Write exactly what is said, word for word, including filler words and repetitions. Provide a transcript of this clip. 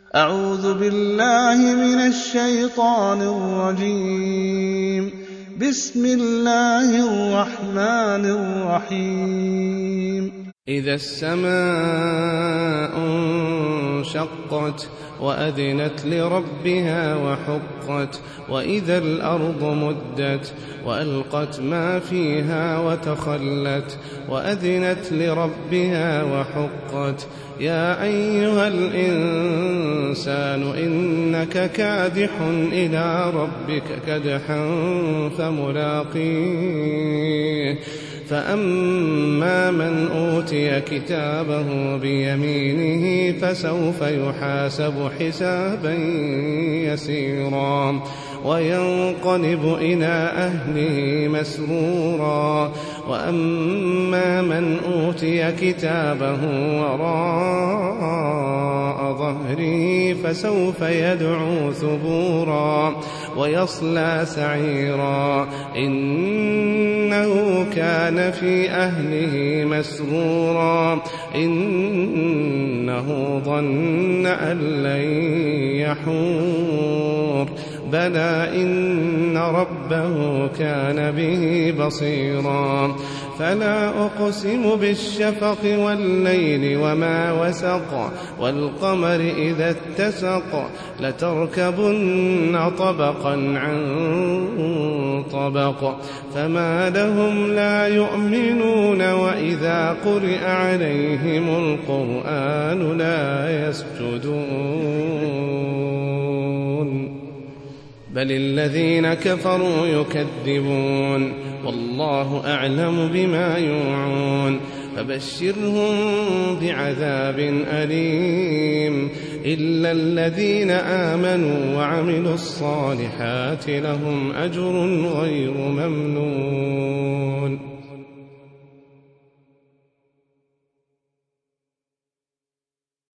أعوذ بالله من الشيطان الرجيم. بسم الله الرحمن الرحيم. إذا السماء انشقت وأذنت لربها وحقت وإذا الأرض مدت وألقت ما فيها وتخلت وأذنت لربها وحقت يا أيها الإنسان إنك كادح إلى ربك كدحا فملاقيه فأما من أوتي كتابه بيمينه فسوف يحاسب حسابا يسيرا وينقلب إلى أهله مسرورا وأما من أوتي كتابه وراء ظهره فسوف يدعو ثبورا ويصلى سعيرا إنه كان في أهله مسرورا إنه ظن أن لن يحور بلى إن ربه كان به بصيرا فلا أقسم بالشفق والليل وما وسق والقمر إذا اتسق لتركبن طبقا عن طبق فما لهم لا يؤمنون وإذا قرئ عليهم القرآن لا يسجدون بل الذين كفروا يكذبون والله أعلم بما يوعون فبشرهم بعذاب أليم إلا الذين آمنوا وعملوا الصالحات لهم أجر غير ممنون.